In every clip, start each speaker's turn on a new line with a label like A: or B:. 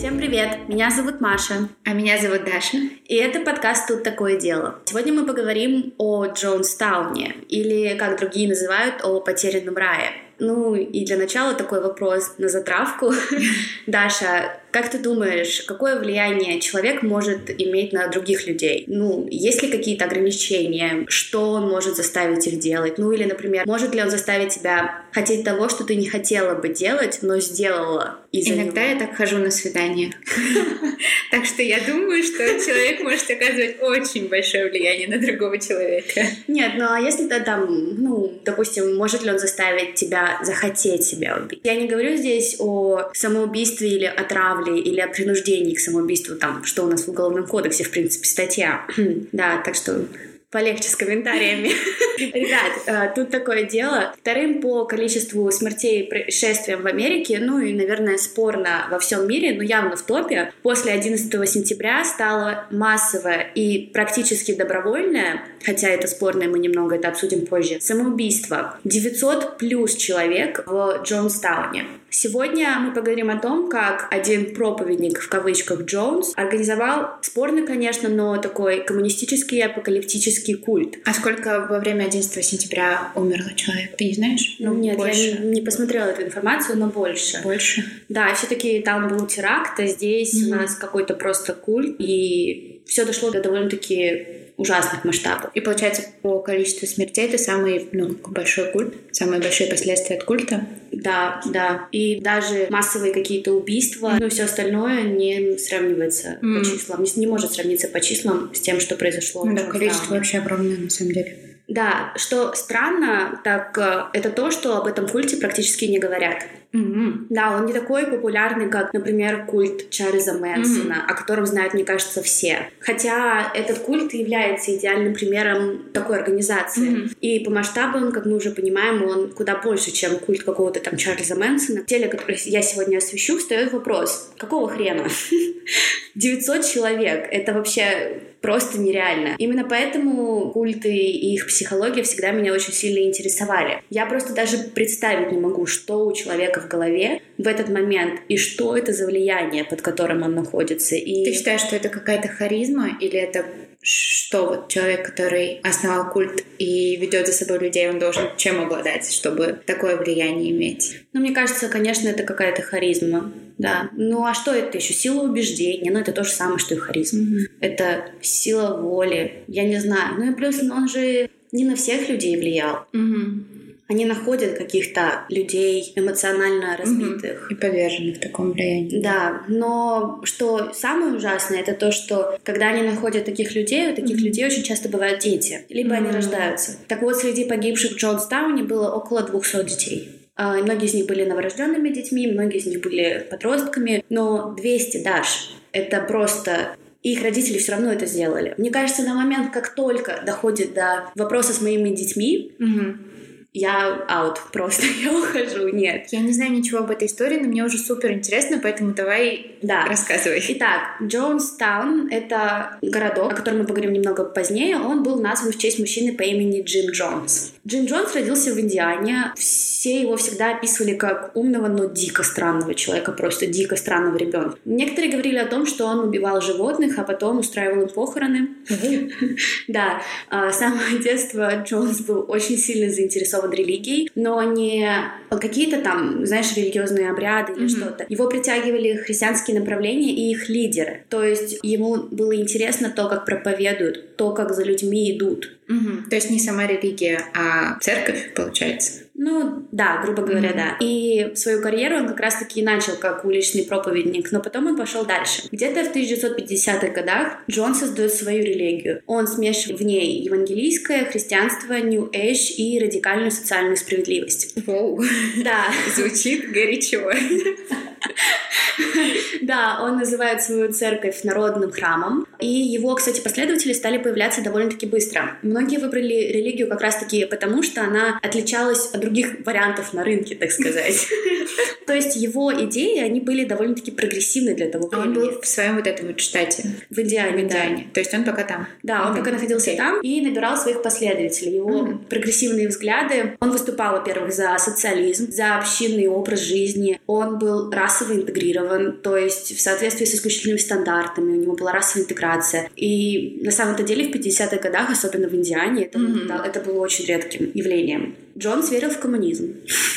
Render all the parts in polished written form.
A: Всем привет! Меня зовут Маша.
B: А меня зовут Даша.
A: И это подкаст «Тут такое дело». Сегодня мы поговорим о Джонстауне, или, как другие называют, о потерянном рае. Ну и для начала такой вопрос на затравку. Даша, как ты думаешь, какое влияние человек может иметь на других людей? Ну, есть ли какие-то ограничения? Что он может заставить их делать? Ну или, например, может ли он заставить тебя хотеть того, что ты не хотела бы делать, но сделала из-за него?
B: Иногда я так хожу на свидания. Так что я думаю, что человек может оказывать очень большое влияние на другого человека.
A: Нет, ну а если ты там, допустим, может ли он заставить тебя захотеть себя убить? Я не говорю здесь о самоубийстве или отравле, или о принуждении к самоубийству, там, что у нас в Уголовном кодексе, в принципе, статья. Да, так что полегче с комментариями. Ребят, тут такое дело. Вторым по количеству смертей и происшествий в Америке, ну и, наверное, спорно во всем мире, но явно в топе, после 11 сентября стало массовое и практически добровольное, хотя это спорно, и мы немного это обсудим позже, самоубийство. 900 плюс человек в Джонстауне. Сегодня мы поговорим о том, как один проповедник, в кавычках, Джонс, организовал, спорно, конечно, но такой коммунистический апокалиптический культ.
B: А сколько во время 11 сентября умерло человек? Ты не знаешь?
A: Нет,
B: больше.
A: Я не посмотрела эту информацию, но больше.
B: Больше?
A: Да, все-таки там был теракт, а здесь у нас какой-то просто культ, и все дошло до довольно-таки ужасных масштабов.
B: И получается, по количеству смертей это самый большой культ, самые большие последствия от культа.
A: Да. И даже массовые какие-то убийства, но все остальное не сравнивается по числам, не может сравниться по числам с тем, что произошло.
B: Да, количество вообще огромное на самом деле.
A: Да, что странно, так это то, что об этом культе практически не говорят. Да, он не такой популярный, как, например, культ Чарльза Мэнсона, о котором знают, мне кажется, все. Хотя этот культ является идеальным примером такой организации. И по масштабам, как мы уже понимаем, он куда больше, чем культ какого-то там Чарльза Мэнсона. В теле, который я сегодня освещу, встает вопрос: какого хрена? 900 человек — это вообще просто нереально. Именно поэтому культы и их психология всегда меня очень сильно интересовали. Я просто даже представить не могу, что у человека в голове в этот момент и что это за влияние, под которым он находится. И...
B: Ты считаешь, что это какая-то харизма или это что вот человек, который основал культ и ведет за собой людей, он должен чем обладать, чтобы такое влияние иметь?
A: Ну, мне кажется, конечно, это какая-то харизма. Да. Ну, а что это еще? Сила убеждения. Ну, это то же самое, что и харизма. Это сила воли. Я не знаю. Ну и плюс он же не на всех людей влиял. Они находят каких-то людей эмоционально разбитых.
B: И подверженных такому влиянию.
A: Да, но что самое ужасное, это то, что когда они находят таких людей, у таких людей очень часто бывают дети. Либо они рождаются. Так вот, среди погибших в Джонстауне было около 200 детей. Многие из них были новорожденными детьми, многие из них были подростками. Но 200, Даш, это просто... Их родители все равно это сделали. Мне кажется, на момент, как только доходит до вопроса с моими детьми, я аут просто, я ухожу, нет.
B: Я не знаю ничего об этой истории, но мне уже супер интересно, поэтому давай рассказывай.
A: Итак, Джонстаун — это городок, о котором мы поговорим немного позднее. Он был назван в честь мужчины по имени Джим Джонс. Джим Джонс родился в Индиане. Все его всегда описывали как умного, но дико странного человека, просто дико странного ребенка. Некоторые говорили о том, что он убивал животных, а потом устраивал им похороны. Да, с самого детства Джонс был очень сильно заинтересован религией, но не какие-то там, знаешь, религиозные обряды или что-то. Его притягивали христианские направления и их лидеры. То есть ему было интересно то, как проповедуют, то, как за людьми идут.
B: То есть не сама религия, а церковь, получается?
A: Ну, да, грубо говоря, да. И свою карьеру он как раз-таки начал как уличный проповедник, но потом он пошел дальше. Где-то в 1950-х годах Джон создает свою религию. Он смешивает в ней евангелийское, христианство, New Age и радикальную социальную справедливость.
B: Воу.
A: Да.
B: Звучит горячо.
A: Да, он называет свою церковь народным храмом, и его, кстати, последователи стали появляться довольно-таки быстро. Многие выбрали религию как раз-таки потому, что она отличалась от других вариантов на рынке, так сказать. То есть его идеи, они были довольно-таки прогрессивны для того времени.
B: Он был в своем вот этом вот штате.
A: В Индиане, да.
B: То есть он пока там.
A: Да, он пока находился там и набирал своих последователей. Его прогрессивные взгляды. Он выступал, во-первых, за социализм, за общинный образ жизни. Он был расово интегрирован. интегрирован, то есть в соответствии с исключительными стандартами, у него была расовая интеграция. И на самом-то деле в 50-х годах, особенно в Индиане, это было очень редким явлением. Джонс верил в коммунизм.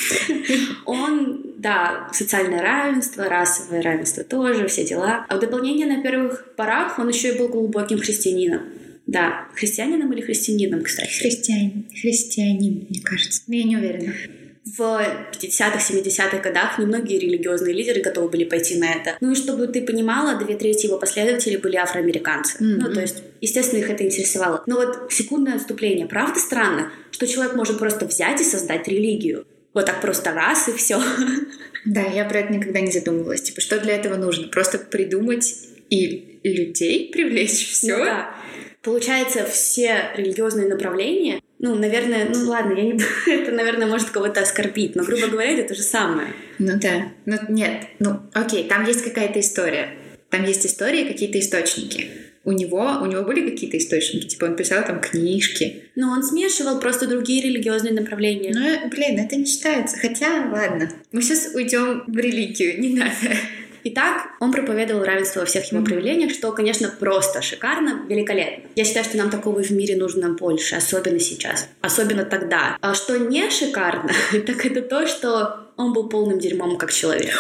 A: Он, да, социальное равенство, расовое равенство тоже, все дела. А в дополнение на первых порах он еще и был глубоким христианином. Да, христианином или христианином, кстати?
B: Христианин, мне кажется. Но я не уверена.
A: В 50-х, 70-х годах немногие религиозные лидеры готовы были пойти на это. Ну и чтобы ты понимала, 2/3 его последователей были афроамериканцы. Ну, то есть, естественно, их это интересовало. Но вот секундное отступление. Правда странно, что человек может просто взять и создать религию? Вот так просто раз и все.
B: Да, я про это никогда не задумывалась. Типа, что для этого нужно? Просто придумать и людей привлечь, все.
A: Ну, да. Получается, все религиозные направления, наверное, ладно, я не это, наверное, может кого-то оскорбить, но, грубо говоря, это то же самое.
B: Ну да. Нет. Окей, там есть какая-то история. Там есть история, какие-то источники. У него были какие-то источники, типа он писал там книжки.
A: Но он смешивал просто другие религиозные направления.
B: Это не считается. Хотя, ладно, мы сейчас уйдем в религию, не надо.
A: Итак, он проповедовал равенство во всех его проявлениях, что, конечно, просто шикарно, великолепно. Я считаю, что нам такого в мире нужно больше, особенно сейчас, особенно тогда. А что не шикарно, так это то, что он был полным дерьмом как человек.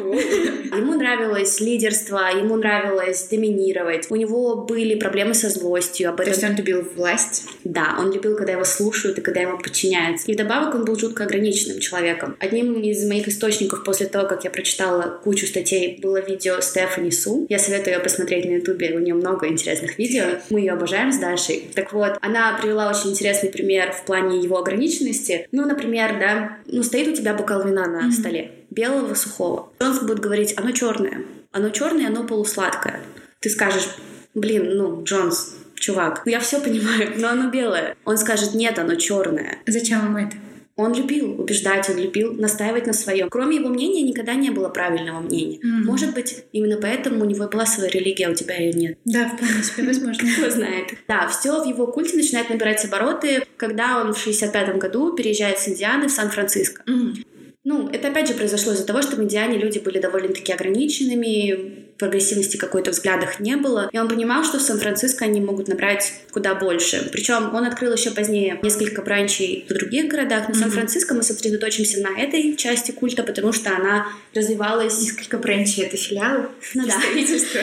A: Ему нравилось лидерство, ему нравилось доминировать. У него были проблемы со злостью.
B: То есть он любил власть?
A: Да, он любил, когда его слушают и когда ему подчиняются. И вдобавок он был жутко ограниченным человеком. Одним из моих источников после того, как я прочитала кучу статей, было видео Стефани Су. Я советую ее посмотреть на Ютубе, у нее много интересных видео. Мы ее обожаем с Дашей. Так вот, она привела очень интересный пример в плане его ограниченности. Например, стоит у тебя бокал вина на столе, белого, сухого. Джонс будет говорить, оно черное, оно полусладкое. Ты скажешь, Джонс, чувак, я все понимаю, но оно белое. Он скажет, нет, оно черное.
B: Зачем ему это?
A: Он любил убеждать, он любил настаивать на своем. Кроме его мнения никогда не было правильного мнения. Может быть, именно поэтому у него была своя религия, а у тебя ее нет.
B: Да, вполне себе возможно.
A: Кто знает. Да, все в его культе начинает набирать обороты, когда он в 65-м году переезжает с Индианы в Сан-Франциско. Это опять же произошло из-за того, что в Индиане люди были довольно-таки ограниченными, прогрессивности какой-то взглядах не было. И он понимал, что в Сан-Франциско они могут набрать куда больше. Причем он открыл еще позднее несколько бранчей в других городах. Но Сан-Франциско мы сосредоточимся на этой части культа, потому что она развивалась...
B: Несколько бранчей — это филиалы?
A: Представительство.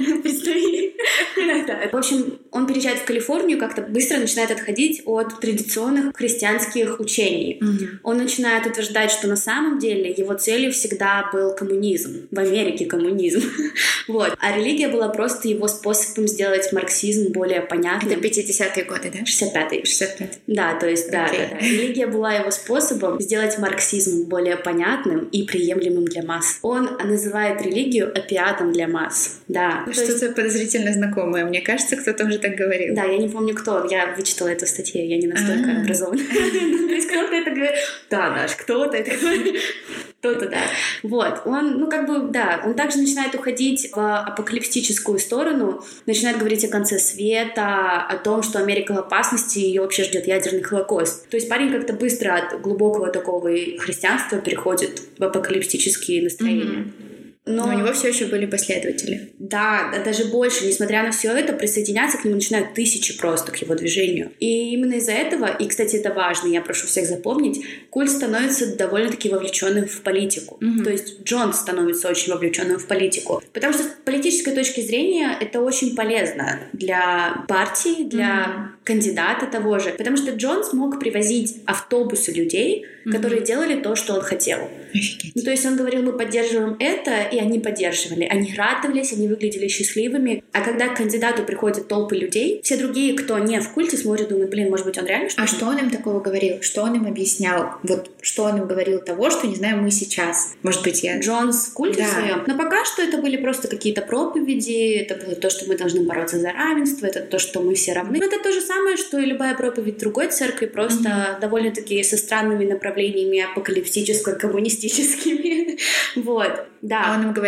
A: В общем, он переезжает в Калифорнию, как-то быстро начинает отходить от традиционных христианских учений. Он начинает утверждать, что на самом деле его целью всегда был коммунизм. В Америке коммунизм. Вот. А религия была просто его способом сделать марксизм более понятным.
B: Это 50-е годы, да?
A: 65-й.
B: 65-й.
A: Да, то есть, да. Религия была его способом сделать марксизм более понятным и приемлемым для масс. Он называет религию опиатом для масс. Да.
B: Что-то подозрительно знакомое. Мне кажется, кто-то уже так говорил.
A: Да, я не помню, кто. Я вычитала эту статью, я не настолько образована. То есть кто-то это говорит. Да, Даш, кто-то это говорит. Кто-то, да. Вот. Он, он также начинает уходить в апокалиптическую сторону, начинает говорить о конце света, о том, что Америка в опасности, и ее вообще ждет ядерный холокост. То есть парень как-то быстро от глубокого такого христианства переходит в апокалиптические настроения.
B: Но у него все еще были последователи.
A: Да, даже больше. Несмотря на все это, присоединяться к нему начинают тысячи просто к его движению. И именно из-за этого, и, кстати, это важно, я прошу всех запомнить, культ становится довольно-таки вовлеченным в политику. То есть Джонс становится очень вовлеченным в политику. Потому что с политической точки зрения это очень полезно для партии, для кандидата того же. Потому что Джонс мог привозить автобусы людей, которые делали то, что он хотел. То есть он говорил, мы поддерживаем это, и они поддерживали. Они радовались, они выглядели счастливыми. А когда к кандидату приходят толпы людей, все другие, кто не в культе, смотрят, думают, может быть, он реально что-то...
B: А что он им такого говорил? Что он им объяснял? Вот что он им говорил того, что не знаем мы сейчас? Может быть,
A: Джонс в культе своем? Но пока что это были просто какие-то проповеди, это было то, что мы должны бороться за равенство, это то, что мы все равны. Но это то же самое, что и любая проповедь другой церкви, просто довольно-таки со странными направлениями апокалиптическо-коммунистическими. Вот. Да.
B: А он им говорил,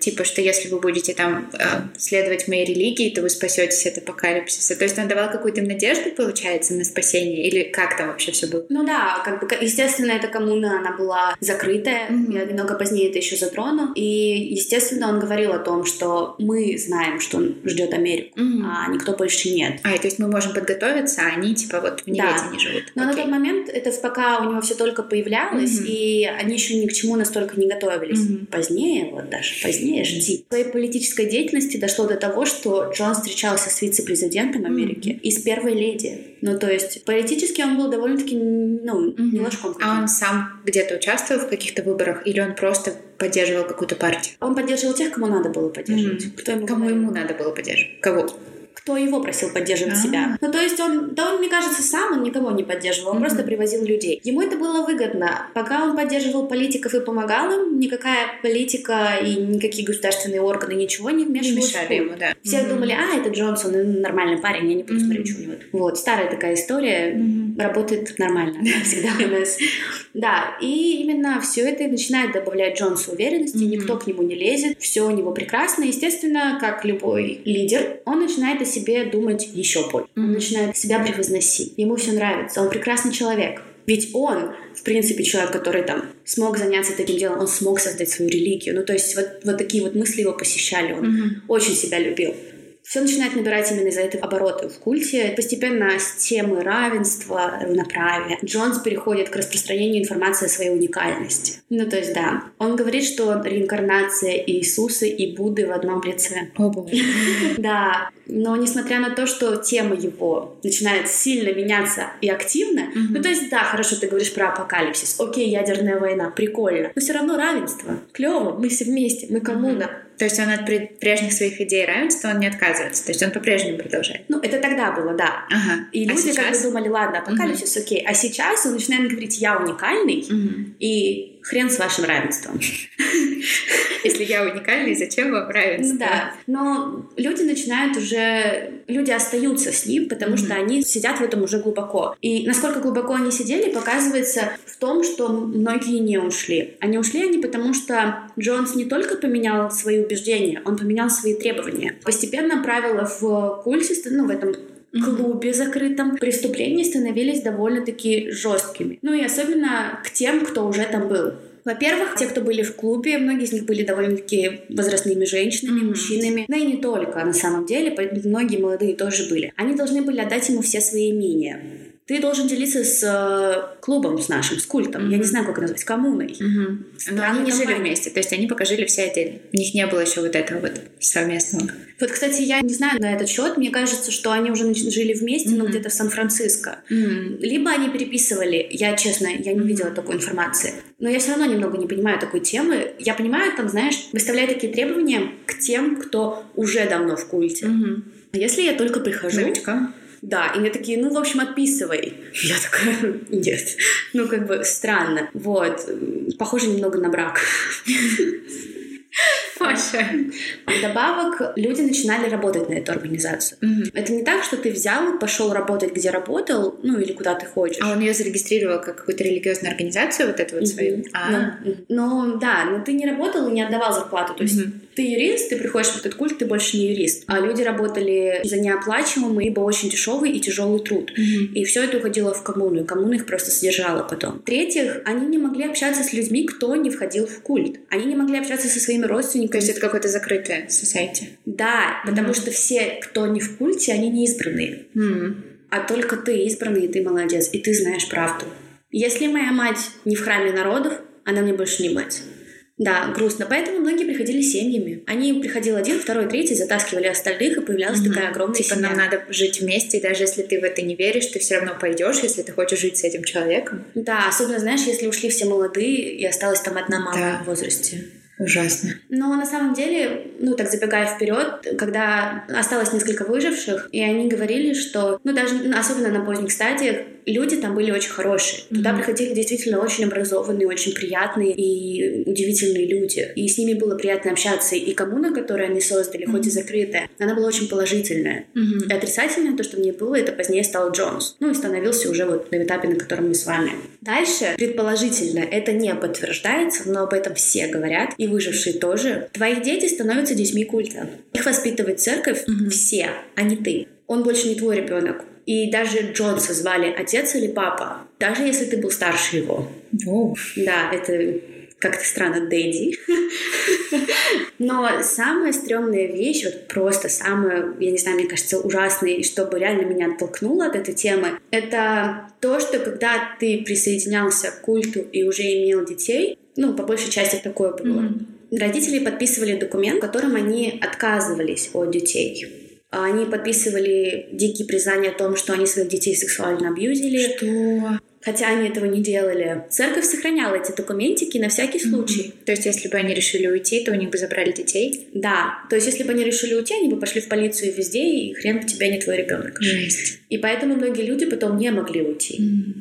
B: типа, что если вы будете там следовать моей религии, то вы спасетесь от апокалипсиса. То есть он давал какую-то надежду, получается, на спасение? Или как там вообще все было?
A: Ну да, как бы, естественно, эта коммуна, она была закрытая. Я немного позднее это еще затрону. И, естественно, он говорил о том, что мы знаем, что он ждет Америку, а никто больше нет.
B: То есть мы можем подготовиться, а они типа вот в неведении живут.
A: Но на тот момент это пока у него все только появлялось, и они еще ни к чему настолько не готовились. Позднее, вот даже позднее, жди. В своей политической деятельности дошло до того, что Джон встречался с вице-президентом Америки и с первой леди. Ну, то есть политически он был довольно-таки, не ложком.
B: А он сам где-то участвовал в каких-то выборах, или он просто поддерживал какую-то партию?
A: Он поддерживал тех, кому надо было поддерживать.
B: Кому ему надо было поддерживать? Кого?
A: Кто его просил поддерживать себя. Ну, то есть он, мне кажется, сам он никого не поддерживал, он просто привозил людей. Ему это было выгодно. Пока он поддерживал политиков и помогал им, никакая политика и никакие государственные органы ничего не вмешивались.
B: Мешали ему, да.
A: Все думали, это Джонсон, он нормальный парень, я не буду смотреть, что у него. Вот, старая такая история, работает нормально всегда у нас. Да, и именно все это начинает добавлять Джонсу уверенности, никто к нему не лезет, все у него прекрасно. Естественно, как любой лидер, он начинает о себе думать еще больше. Он начинает себя превозносить. Ему все нравится, он прекрасный человек. Ведь он, в принципе, человек, который там смог заняться таким делом, он смог создать свою религию. Ну, то есть вот такие вот мысли его посещали, он очень себя любил. Все начинает набирать именно из-за этого обороты в культе. Постепенно с темы равенства, равноправия Джонс переходит к распространению информации о своей уникальности. Ну, то есть, да. Он говорит, что реинкарнация Иисуса и Будды в одном лице.
B: О, боже.
A: Да. Но несмотря на то, что тема его начинает сильно меняться и активно, ну, то есть, да, хорошо, ты говоришь про апокалипсис. Окей, ядерная война, прикольно. Но все равно равенство. Клево, мы все вместе, мы коммуна.
B: То есть он от прежних своих идей равенства он не отказывается. То есть он по-прежнему продолжает.
A: Ну, это тогда было, да. И люди как бы думали, ладно, апокалипсис, окей. А сейчас он начинает говорить, я уникальный, и хрен с вашим равенством.
B: Если я уникальный, зачем вам равенство?
A: Да. Но люди начинают уже... Люди остаются с ним, потому что они сидят в этом уже глубоко. И насколько глубоко они сидели, показывается в том, что многие не ушли. Они ушли потому, что Джонс не только поменял свои убеждения, он поменял свои требования. Постепенно правила в культе, в этом клубе закрытом, преступления становились довольно-таки жесткими. Ну и особенно к тем, кто уже там был. Во-первых, те, кто были в клубе, многие из них были довольно-таки возрастными женщинами, мужчинами, да и не только, на самом деле, многие молодые тоже были. Они должны были отдать ему все свои имения. Ты должен делиться с клубом, с нашим, с культом. Я не знаю, как это назвать, с коммуной.
B: Но они не жили вместе, то есть они пока жили все отдельно. У них не было еще вот этого вот совместного.
A: Вот, кстати, я не знаю на этот счет. Мне кажется, что они уже жили вместе, но где-то в Сан-Франциско. Либо они переписывали. Я, честно, я не видела такой информации. Но я все равно немного не понимаю такой темы. Я понимаю, там, знаешь, выставляют такие требования к тем, кто уже давно в культе. Если я только прихожу...
B: Новичка.
A: Да, и мне такие, в общем, отписывай. Я такая, нет. Как бы странно. Вот. Похоже немного на брак.
B: Маша.
A: Вдобавок, люди начинали работать на эту организацию. Это не так, что ты взял, пошел работать, где работал, или куда ты хочешь.
B: А он ее зарегистрировал как какую-то религиозную организацию, вот эту вот свою?
A: Но ты не работал и не отдавал зарплату. То есть ты юрист, ты приходишь в этот культ, ты больше не юрист. А люди работали за неоплачиваемый, либо очень дешевый и тяжелый труд. И все это уходило в коммуну, и коммуна их просто содержала потом. В-третьих, они не могли общаться с людьми, кто не входил в культ. Они не могли общаться со своими родственниками.
B: То есть это какое-то закрытое society.
A: Да, потому что все, кто не в культе, они не избранные. А только ты избранный, и ты молодец, и ты знаешь правду. Если моя мать не в храме народов, она мне больше не мать. Да, грустно. Поэтому многие приходили семьями. Они приходил один, второй, третий, затаскивали остальных, и появлялась такая огромная семья.
B: Нам надо жить вместе, и даже если ты в это не веришь, ты все равно пойдешь, если ты хочешь жить с этим человеком.
A: Да, особенно, знаешь, если ушли все молодые, и осталась там одна мама в возрасте.
B: Ужасно.
A: Но на самом деле, так забегая вперед, когда осталось несколько выживших, и они говорили, что, даже особенно на поздних стадиях, люди там были очень хорошие. Туда приходили действительно очень образованные, очень приятные и удивительные люди. И с ними было приятно общаться. И коммуна, которую они создали, хоть и закрытая, она была очень положительная. И отрицательное, то, что в ней было, это позднее стал Джонс. Ну и становился уже вот на этапе, на котором мы с вами. Дальше, предположительно, это не подтверждается, но об этом все говорят, и выжившие тоже. Твои дети становятся детьми культа. Их воспитывает церковь все, а не ты. Он больше не твой ребенок. И даже Джонса звали отец или папа, даже если ты был старше его. Да, это как-то странно, дэдди. Но самая стрёмная вещь, вот просто самая, я не знаю, мне кажется, ужасная, и чтобы реально меня оттолкнуло от этой темы, это то, что когда ты присоединялся к культу и уже имел детей, ну, по большей части такое было, родители подписывали документ, в котором они отказывались от детей. Они подписывали дикие признания о том, что они своих детей сексуально абьюзили.
B: Что?
A: Хотя они этого не делали. Церковь сохраняла эти документики на всякий случай.
B: То есть, если бы они решили уйти, то у них бы забрали детей?
A: Да. То есть, если бы они решили уйти, они бы пошли в полицию везде, и хрен бы тебя не твой ребенок.
B: Жесть.
A: И поэтому многие люди потом не могли уйти.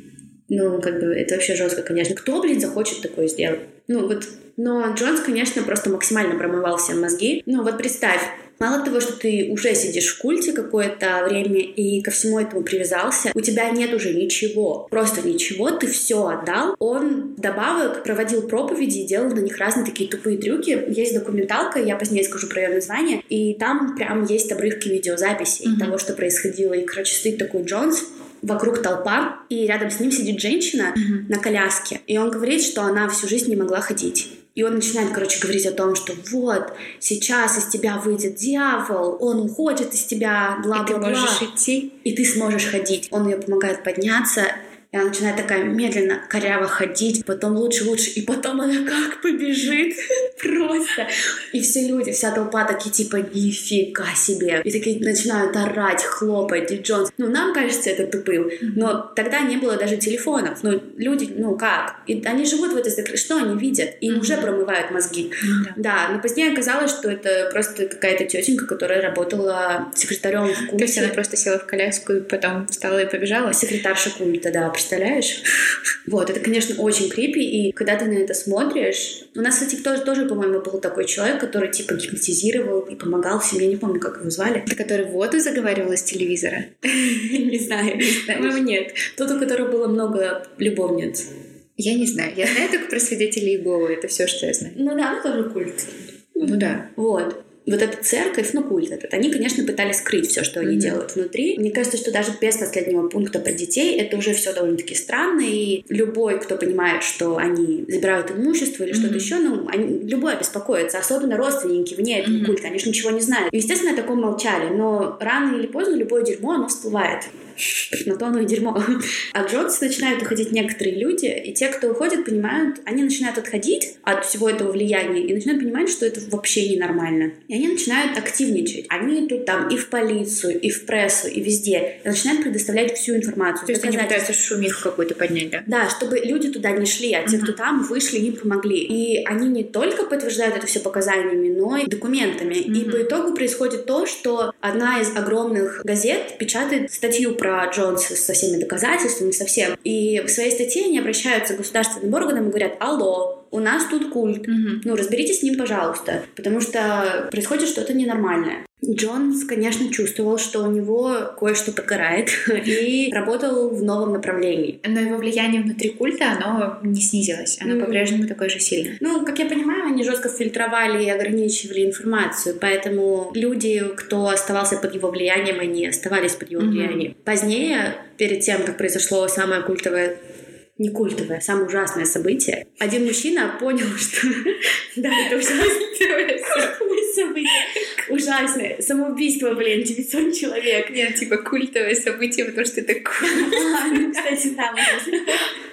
A: Ну, как бы, это вообще жестко, конечно. Кто, блин, захочет такое сделать? Ну, вот. Но Джонс, конечно, просто максимально промывал все мозги. Ну, вот представь, мало того, что ты уже сидишь в культе какое-то время и ко всему этому привязался, у тебя нет уже ничего. Просто ничего, ты все отдал. Он вдобавок проводил проповеди и делал на них разные такие тупые трюки. Есть документалка, я позднее скажу про ее название, и там прям есть обрывки видеозаписей того, что происходило. И, короче, стоит такой Джонс, вокруг толпа, и рядом с ним сидит женщина на коляске. И он говорит, что она всю жизнь не могла ходить. И он начинает, короче, говорить о том, что вот, сейчас из тебя выйдет дьявол, он уходит из тебя, бла-бла-бла.
B: И ты можешь идти.
A: И ты сможешь ходить. Он ее помогает подняться, и она начинает такая медленно, коряво ходить, потом лучше, и потом она как побежит просто. И все люди, вся толпа такие типа нифига себе. И такие начинают орать, хлопать, и Джонс. Ну, нам кажется это тупым, но тогда не было даже телефонов. Ну, люди, ну как? И они живут в этой закрытой... Что они видят? Им уже промывают мозги. Да, но позднее оказалось, что это просто какая-то тетенька, которая работала секретарем в культе.
B: То есть она просто села в коляску и потом встала и побежала?
A: Секретарша культа, да, представляешь? Вот, это, конечно, очень крипи, и когда ты на это смотришь... У нас, кстати, тоже, по-моему, был такой человек, который, типа, гипнотизировал и помогал всем, я не помню, как его звали.
B: Это который воду заговаривал из телевизора?
A: Не знаю, по-моему, нет. Тот, у которого было много любовниц.
B: Я не знаю. Я знаю только про свидетелей Иеговы, это все, что я знаю.
A: Ну да, ну тоже культ.
B: Ну да.
A: Вот. Вот эта церковь, ну, культ этот, они, конечно, пытались скрыть все, что они делают внутри. Мне кажется, что даже без последнего пункта про детей это уже все довольно-таки странно, и любой, кто понимает, что они забирают имущество или что-то еще, ну, любой беспокоится, особенно родственники вне этого культа, они же ничего не знают. И, естественно, о таком молчали, но рано или поздно любое дерьмо, оно всплывает. На то оно и дерьмо. От Джонса начинают уходить некоторые люди, и те, кто уходит, понимают, они начинают отходить от всего этого влияния и начинают понимать, что это вообще ненормально. И они начинают активничать. Они идут там и в полицию, и в прессу, и везде. И начинают предоставлять всю информацию.
B: То есть они пытаются шумиху какую-то поднять, да? Да,
A: чтобы люди туда не шли, а те, кто там, вышли, им помогли. И они не только подтверждают это все показаниями, но и документами. И по итогу происходит то, что одна из огромных газет печатает статью про Джонса со всеми доказательствами, совсем. И в своей статье они обращаются к государственным органам и говорят: алло, у нас тут культ. Ну, разберитесь с ним, пожалуйста. Потому что происходит что-то ненормальное. Джонс, конечно, чувствовал, что у него кое-что подгорает, и работал в новом направлении.
B: Но его влияние внутри культа, оно не снизилось. Оно по-прежнему такое же сильное.
A: Ну, как я понимаю, они жестко фильтровали и ограничивали информацию, поэтому люди, кто оставался под его влиянием, они оставались под его влиянием. Позднее, перед тем, как произошло самое культовое, не культовое, самое ужасное событие, один мужчина понял, что... Да, это ужасное событие. Ужасное. Самоубийство, блин, 900 человек.
B: Нет, типа культовое событие, потому что это культ.
A: Ну, кстати, да.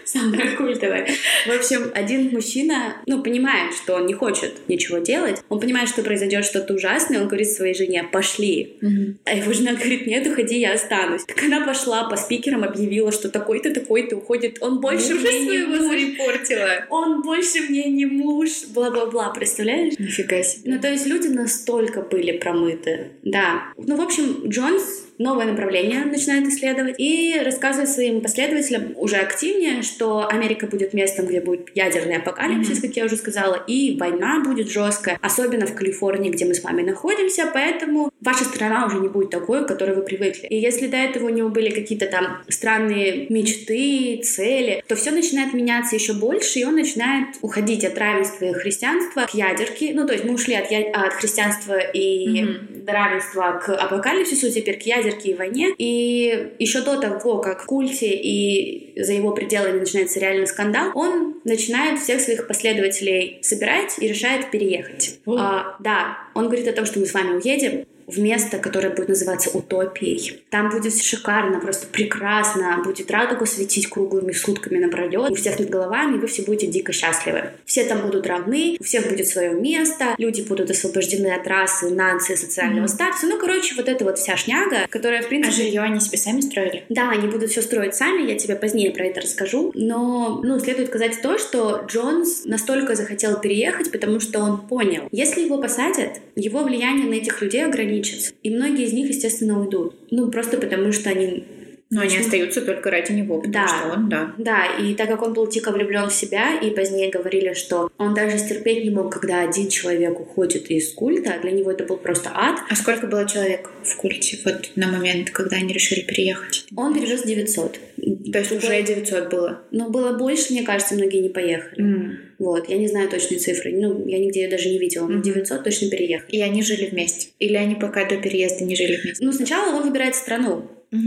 A: Самое культовое. В общем, один мужчина, понимает, что он не хочет ничего делать. Он понимает, что произойдет что-то ужасное. Он говорит своей жене: пошли. А его жена говорит: нет, уходи, я останусь. Так она пошла по спикерам, объявила, что такой-то уходит. Он больше мне не муж. Он больше мне не муж. Бла-бла-бла. Представляешь?
B: Нифига себе.
A: То есть люди настолько были промыты. Да. В общем, Джонс новое направление начинает исследовать и рассказывает своим последователям уже активнее, что Америка будет местом, где будет ядерный апокалипсис, как я уже сказала, и война будет жесткая, особенно в Калифорнии, где мы с вами находимся, поэтому ваша страна уже не будет такой, к которой вы привыкли. И если до этого у него были какие-то там странные мечты, цели, то все начинает меняться еще больше, и он начинает уходить от равенства и христианства к ядерке. То есть мы ушли от христианства и равенства к апокалипсису, теперь к ядерке и войне. И еще до того, как в культе и за его пределами начинается реальный скандал, он начинает всех своих последователей собирать и решает переехать. Да, он говорит о том, что мы с вами уедем в место, которое будет называться Утопией. Там будет шикарно, просто прекрасно, будет радугу светить круглыми сутками напролёт, у всех над головами, и вы все будете дико счастливы. Все там будут равны, у всех будет свое место, люди будут освобождены от расы, нации, социального статуса. Вот эта вот вся шняга, которая, в принципе...
B: А жилье они себе сами строили?
A: Да, они будут все строить сами, я тебе позднее про это расскажу. Но, следует сказать то, что Джонс настолько захотел переехать, потому что он понял, если его посадят, его влияние на этих людей ограничится. И многие из них, естественно, уйдут. Просто потому, что они...
B: Но они остаются только ради него, потому что он, да.
A: Да, и так как он был дико влюблен в себя, и позднее говорили, что он даже стерпеть не мог, когда один человек уходит из культа, для него это был просто ад.
B: А сколько было человек в культе на момент, когда они решили переехать?
A: Он перевез 900.
B: То есть уже 900 было?
A: Было больше, мне кажется, многие не поехали. Я не знаю точные цифры. Я нигде ее даже не видела. Но 900 точно переехали.
B: И они жили вместе? Или они пока до переезда не жили вместе?
A: Сначала он выбирает страну.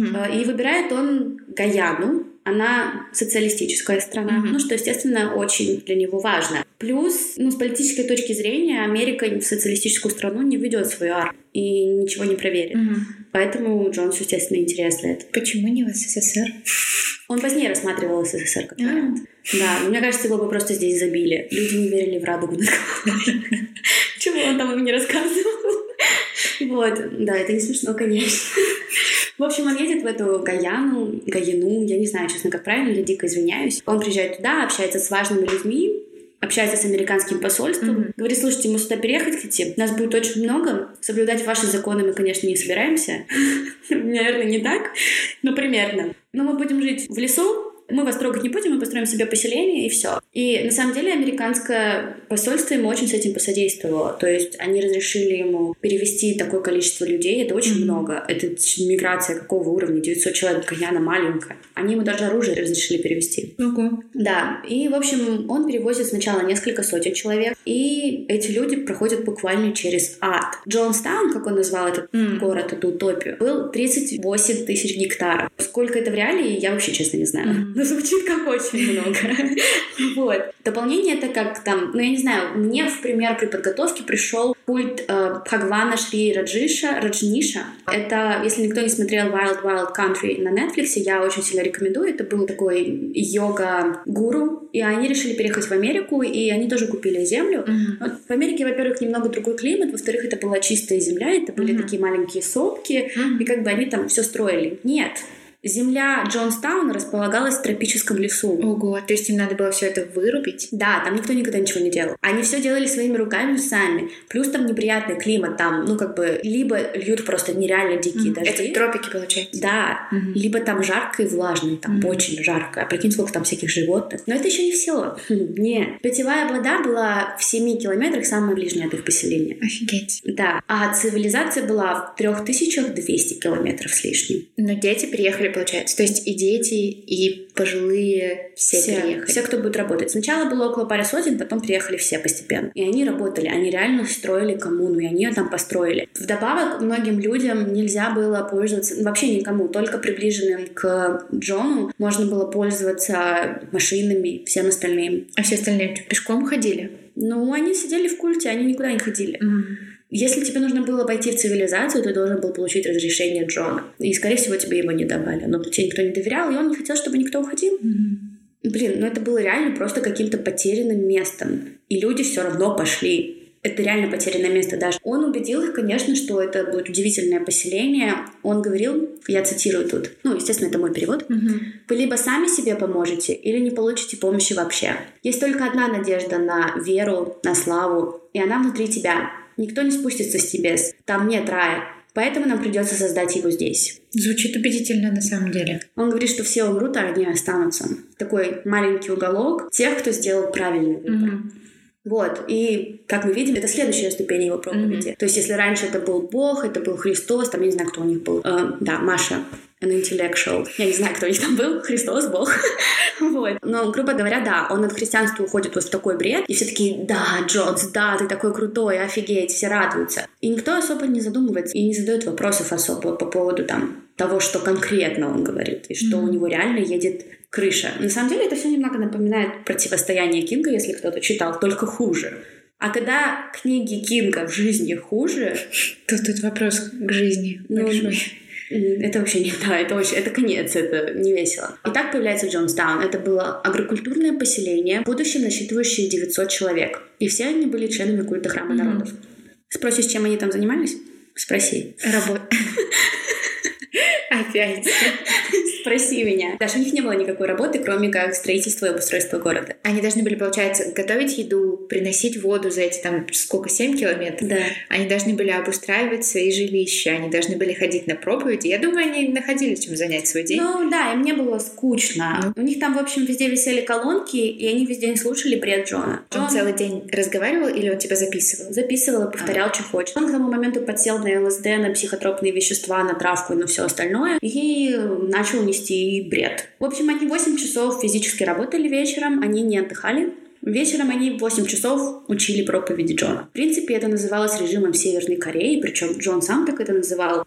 A: И выбирает он Гаяну. Она социалистическая страна, что, естественно, очень для него важно. Плюс, с политической точки зрения, Америка в социалистическую страну не ведет свою армию и ничего не проверит. Поэтому Джонсу, естественно, интересно это.
B: Почему не в СССР?
A: Он позднее рассматривал СССР как вариант. Да, но мне кажется, его бы просто здесь забили. Люди не верили в радугу над головой. Чего он там им не рассказывал? Да, это не смешно, конечно. В общем, он едет в эту Гаяну, я не знаю, честно, как правильно, я дико извиняюсь. Он приезжает туда, общается с важными людьми, общается с американским посольством, говорит: слушайте, мы сюда переехать хотим, нас будет очень много, соблюдать ваши законы мы, конечно, не собираемся. Наверное, не так, но примерно. Но мы будем жить в лесу, мы вас трогать не будем, мы построим себе поселение, и все. И на самом деле американское посольство ему очень с этим посодействовало. То есть они разрешили ему перевести такое количество людей. Это очень много. Это миграция какого уровня? 900 человек, Гаяна маленькая. Они ему даже оружие разрешили перевести. Да. И, в общем, он перевозит сначала несколько сотен человек. И эти люди проходят буквально через ад. Джонстаун, как он назвал этот город, эту утопию, был 38 тысяч гектаров. Сколько это в реалии, я вообще, честно, не знаю. Но звучит как очень много. Дополнение — это как там, я не знаю, мне в пример при подготовке пришел культ Бхагвана Шри Раджниша. Это, если никто не смотрел Wild Wild Country на Netflix, я очень сильно рекомендую. Это был такой йога-гуру, и они решили переехать в Америку, и они тоже купили землю. В Америке, во-первых, немного другой климат, во-вторых, это была чистая земля, это были такие маленькие сопки, и как бы они там все строили. Нет. Земля Джонстауна располагалась в тропическом лесу.
B: Ого, то есть им надо было все это вырубить?
A: Да, там никто никогда ничего не делал. Они все делали своими руками сами. Плюс там неприятный климат, там, либо льют просто нереально дикие дожди.
B: Это тропики, получается?
A: Да. Либо там жарко и влажно, там очень жарко. А прикинь, сколько там всяких животных. Но это еще не все. Нет. Питьевая вода была в 7 километрах, самая ближняя от их поселения.
B: Офигеть.
A: Да. А цивилизация была в 3200 километров с лишним.
B: Но дети приехали, получается. То есть и дети, и пожилые все приехали.
A: Все, кто будет работать. Сначала было около пары сотен, потом приехали все постепенно. И они работали. Они реально строили коммуну, и они ее там построили. Вдобавок, многим людям нельзя было пользоваться, вообще никому, только приближенным к Джону можно было пользоваться машинами, всем остальным.
B: А все остальные пешком ходили?
A: Они сидели в культе, они никуда не ходили. Если тебе нужно было пойти в цивилизацию, ты должен был получить разрешение Джона. И, скорее всего, тебе его не давали. Но тебе никто не доверял, и он не хотел, чтобы никто уходил. Блин, ну это было реально просто каким-то потерянным местом. И люди все равно пошли. Это реально потерянное место даже. Он убедил их, конечно, что это будет удивительное поселение. Он говорил, я цитирую тут, ну, естественно, это мой перевод. Вы либо сами себе поможете, или не получите помощи вообще. Есть только одна надежда на веру, на славу, и она внутри тебя. Никто не спустится с небес. Там нет рая. Поэтому нам придется создать его здесь.
B: Звучит убедительно на самом деле.
A: Он говорит, что все умрут, а одни останутся. Такой маленький уголок тех, кто сделал правильный выбор. Вот, и, как мы видим, это следующая ступень его проповеди. То есть, если раньше это был Бог, это был Христос, там, я не знаю, кто у них был. Да, Маша, an intellectual. Я не знаю, кто у них там был, Христос, Бог. Вот. Но, грубо говоря, да, он от христианства уходит вот в такой бред, и все такие, да, Джонс, да, ты такой крутой, офигеть, все радуются. И никто особо не задумывается и не задает вопросов особо по поводу там того, что конкретно он говорит, и что у него реально едет крыша. На самом деле это все немного напоминает противостояние Кинга, если кто-то читал, только хуже. А когда книги Кинга в жизни хуже...
B: Тут вопрос к жизни большой.
A: Это вообще не... Да, это конец, это не весело. И так появляется Джонстаун. Это было агрокультурное поселение, в будущем насчитывающее 900 человек. И все они были членами культа Храма народов. Спросишь, чем они там занимались? Спроси.
B: Опять.
A: Спроси меня. Даже у них не было никакой работы, кроме как строительства и обустройства города.
B: Они должны были, получается, готовить еду, приносить воду за эти там сколько, 7 километров.
A: Да.
B: Они должны были обустраивать свои жилища, они должны были ходить на проповеди. Я думаю, они находили чем занять свой день.
A: Ну да, им не было скучно. У них там, в общем, везде висели колонки, и они весь день слушали бред Джона.
B: Он целый день разговаривал или он тебя записывал?
A: Записывал и повторял, что хочет. Он к тому моменту подсел на ЛСД, на психотропные вещества, на травку и на все остальное. И начал нести бред. В общем, они 8 часов физически работали вечером, они не отдыхали. Вечером они 8 часов учили проповеди Джона. В принципе, это называлось режимом Северной Кореи, причем Джон сам так это называл.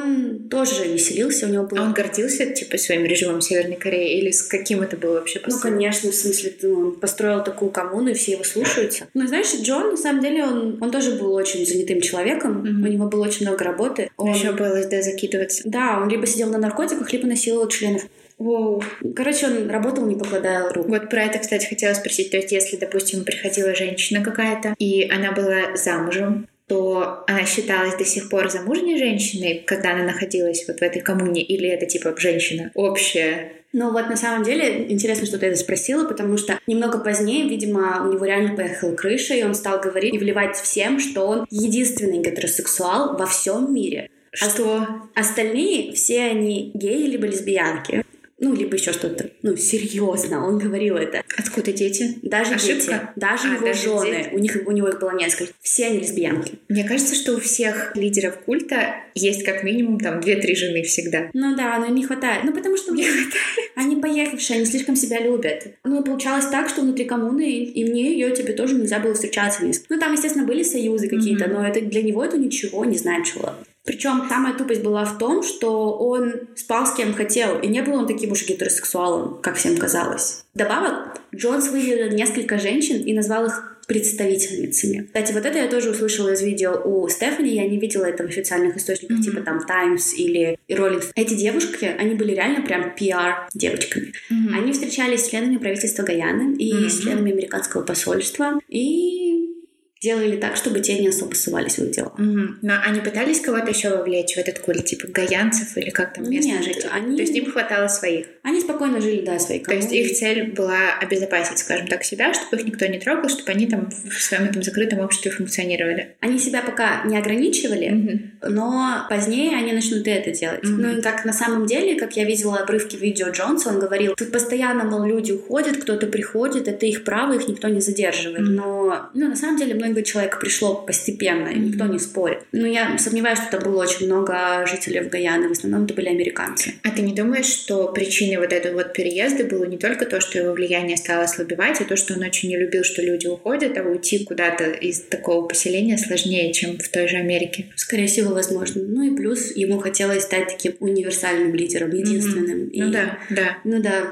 A: Он тоже веселился, у него было...
B: А он гордился, типа, своим режимом Северной Кореи? Или с каким это было вообще посыл?
A: Ну, конечно, в смысле, он построил такую коммуну, и все его слушаются. Ну, знаешь, Джон, на самом деле, он тоже был очень занятым человеком, у него было очень много работы. Он
B: еще было ЛСД закидываться.
A: Да, он либо сидел на наркотиках, либо насиловал членов.
B: Воу.
A: Короче, он работал, не покладая рук.
B: Вот про это, кстати, хотела спросить. То есть, если, допустим, приходила женщина какая-то, и она была замужем, то она считалась до сих пор замужней женщиной, когда она находилась вот в этой коммуне, или это типа женщина общая?
A: Ну вот на самом деле интересно, что ты это спросила, потому что немного позднее, видимо, у него реально поехала крыша, и он стал говорить и вливать всем, что он единственный гетеросексуал во всем мире.
B: Что?
A: Остальные все они геи либо лесбиянки. Ну, либо еще что-то. Ну, серьезно, он говорил это.
B: Откуда дети?
A: Даже
B: Ошибка?
A: дети. Даже его жены. У него их было несколько. Все они лесбиянки.
B: Мне кажется, что у всех лидеров культа есть как минимум там 2-3 жены всегда.
A: Ну да, но им не хватает. Ну, потому что
B: не хватает.
A: Они поехавшие, они слишком себя любят. Ну, и получалось так, что внутри коммуны и мне ее тебе тоже нельзя было встречаться. Ну, там, естественно, были союзы какие-то, но это для него это ничего не значило. Причем самая тупость была в том, что он спал с кем хотел, и не был он таким уж гетеросексуалом, как всем казалось. Вдобавок, Джонс выделил несколько женщин и назвал их представительницами. Кстати, вот это я тоже услышала из видео у Стефани, я не видела это в официальных источниках, типа там Times или Rolling. Эти девушки, они были реально прям PR-девочками. Они встречались с членами правительства Гаяны и с членами американского посольства, и делали так, чтобы те не особо ссылались в их дела.
B: Но они пытались кого-то еще вовлечь в этот культ, типа гаянцев или как там местных жителей? То есть им хватало своих?
A: Они спокойно жили, да, своей коммуной.
B: То есть их цель была обезопасить, скажем так, себя, чтобы их никто не трогал, чтобы они там в своем этом закрытом обществе функционировали.
A: Они себя пока не ограничивали, но позднее они начнут и это делать. Ну и как на самом деле, как я видела обрывки видео Джонса, он говорил, тут постоянно, мол, люди уходят, кто-то приходит, это их право, их никто не задерживает. Но на самом деле много человек пришло постепенно, и никто не спорит. Но я сомневаюсь, что это было очень много жителей в Гаяне, в основном это были американцы.
B: А ты не думаешь, что причиной вот этого вот переезда было не только то, что его влияние стало ослабевать, а то, что он очень не любил, что люди уходят, а уйти куда-то из такого поселения сложнее, чем в той же Америке?
A: Скорее всего, возможно. Ну и плюс ему хотелось стать таким универсальным лидером, единственным.
B: Ну да.
A: Ну да.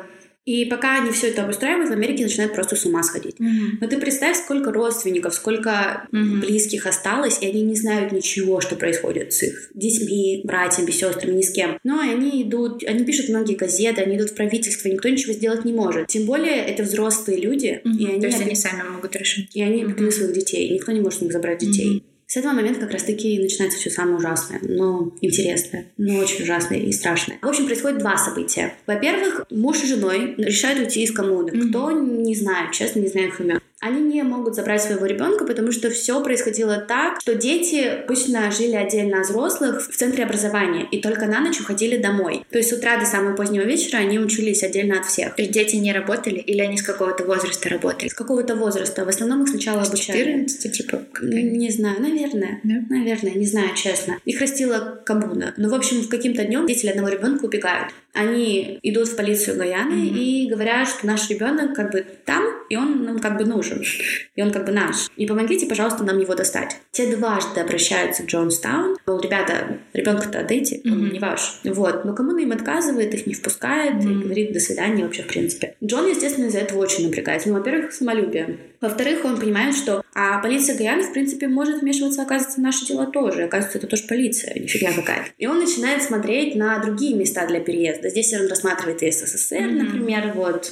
A: И пока они все это обустраивают, в Америке начинают просто с ума сходить. Но ты представь, сколько родственников, сколько близких осталось, и они не знают ничего, что происходит с их детьми, братьями, сестрами, ни с кем. Но они идут, они пишут многие газеты, они идут в правительство, никто ничего сделать не может. Тем более это взрослые люди, и они,
B: то есть они сами могут решить.
A: И они обрекли своих детей, никто не может у них забрать детей. С этого момента как раз-таки начинается все самое ужасное, но интересное, но очень ужасное и страшное. В общем, происходит два события. Во-первых, муж и женой решают уйти из коммуны. Кто, не знаю, честно, не знаю их имен. Они не могут забрать своего ребенка, потому что все происходило так, что дети обычно жили отдельно от взрослых в центре образования и только на ночь уходили домой. То есть с утра до самого позднего вечера они учились отдельно от всех.
B: То есть дети не работали или они с какого-то возраста работали?
A: С какого-то возраста. В основном их сначала обучали.
B: 14, типа?
A: Не знаю, наверное.
B: Да?
A: Наверное, не знаю, честно. Их растила коммуна. Но, в общем, в каким-то днем родители одного ребенка убегают. Они идут в полицию Гайаны и говорят, что наш ребенок как бы там, и он нам как бы нужен. И он как бы наш. И помогите, пожалуйста, нам его достать. Те дважды обращаются в Джонстаун. Мол, ребята, ребенка-то отдайте, он не ваш. Вот. Но коммуна им отказывает, их не впускает и говорит до свидания вообще в принципе. Джон, естественно, из-за этого очень напрягается. Ну, во-первых, самолюбие. Во-вторых, он понимает, что полиция Гайаны, в принципе, может вмешиваться, оказывается, в наши дела тоже. Оказывается, это тоже полиция, не фигня какая-то. И он начинает смотреть на другие места для переезда. Здесь он рассматривает и СССР, например, вот.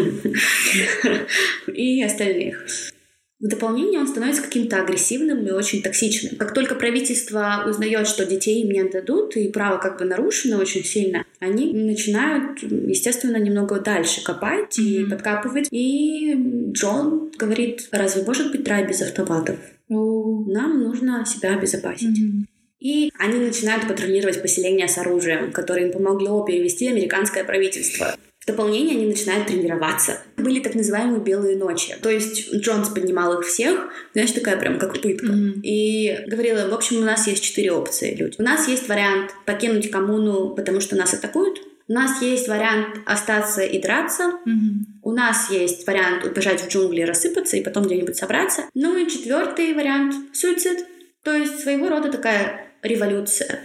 A: И остальных. В дополнение он становится каким-то агрессивным и очень токсичным. Как только правительство узнает, что детей им не отдадут, и право как бы нарушено очень сильно, они начинают, естественно, немного дальше копать и подкапывать. И Джон говорит: разве может быть рай без автоматов? Нам нужно себя обезопасить. И они начинают патрулировать поселения с оружием, которое им помогло перевести американское правительство. В дополнение они начинают тренироваться. Были так называемые белые ночи. То есть Джонс поднимал их всех, знаешь, такая прям как пытка. И говорила: в общем, у нас есть 4 опции, люди. У нас есть вариант покинуть коммуну, потому что нас атакуют. У нас есть вариант остаться и драться. У нас есть вариант убежать в джунгли, рассыпаться и потом где-нибудь собраться. Ну и 4-й вариант — суицид. То есть своего рода такая революция.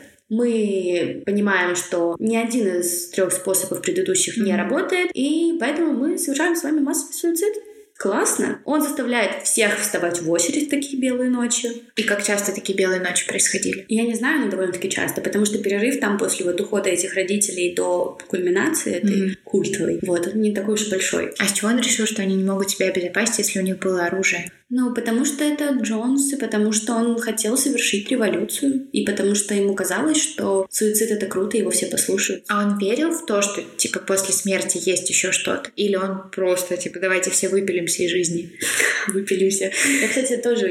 A: Мы понимаем, что ни один из 3 способов предыдущих не работает, и поэтому мы совершаем с вами массовый суицид. Классно. Он заставляет всех вставать в очередь в такие белые ночи.
B: И как часто такие белые ночи происходили?
A: Я не знаю, но довольно-таки часто, потому что перерыв там после вот ухода этих родителей до кульминации этой культовой, вот, он не такой уж большой.
B: А с чего он решил, что они не могут себя обезопасить, если у них было оружие?
A: Ну, потому что это Джонс, и потому что он хотел совершить революцию, и потому что ему казалось, что суицид — это круто, его все послушают.
B: А он верил в то, что, типа, после смерти есть еще что-то? Или он просто, типа, давайте все выпилимся из жизни?
A: Выпилимся. Я, кстати, тоже,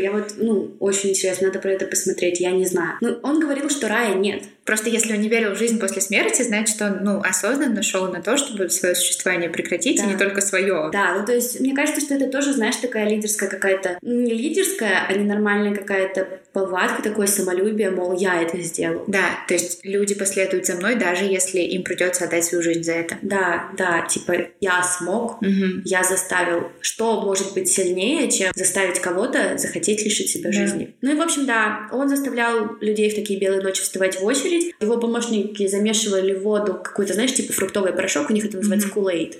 A: очень интересно, надо про это посмотреть, я не знаю. Ну, он говорил, что рая нет.
B: Просто если он не верил в жизнь после смерти, значит, он, осознанно шел на то, чтобы свое существование прекратить, и не только свое.
A: Да, то есть мне кажется, что это тоже, знаешь, такая лидерская какая-то, не лидерская, а ненормальная какая-то повадка, такое самолюбие, мол, я это сделал.
B: Да, то есть люди последуют за мной, даже если им придется отдать свою жизнь за это.
A: Да, типа я смог, я заставил. Что может быть сильнее, чем заставить кого-то захотеть лишить себя жизни? Ну и, в общем, да, он заставлял людей в такие белые ночи вставать в очередь. Его помощники замешивали в воду какой-то, знаешь, типа фруктовый порошок, у них это называется Kool-Aid.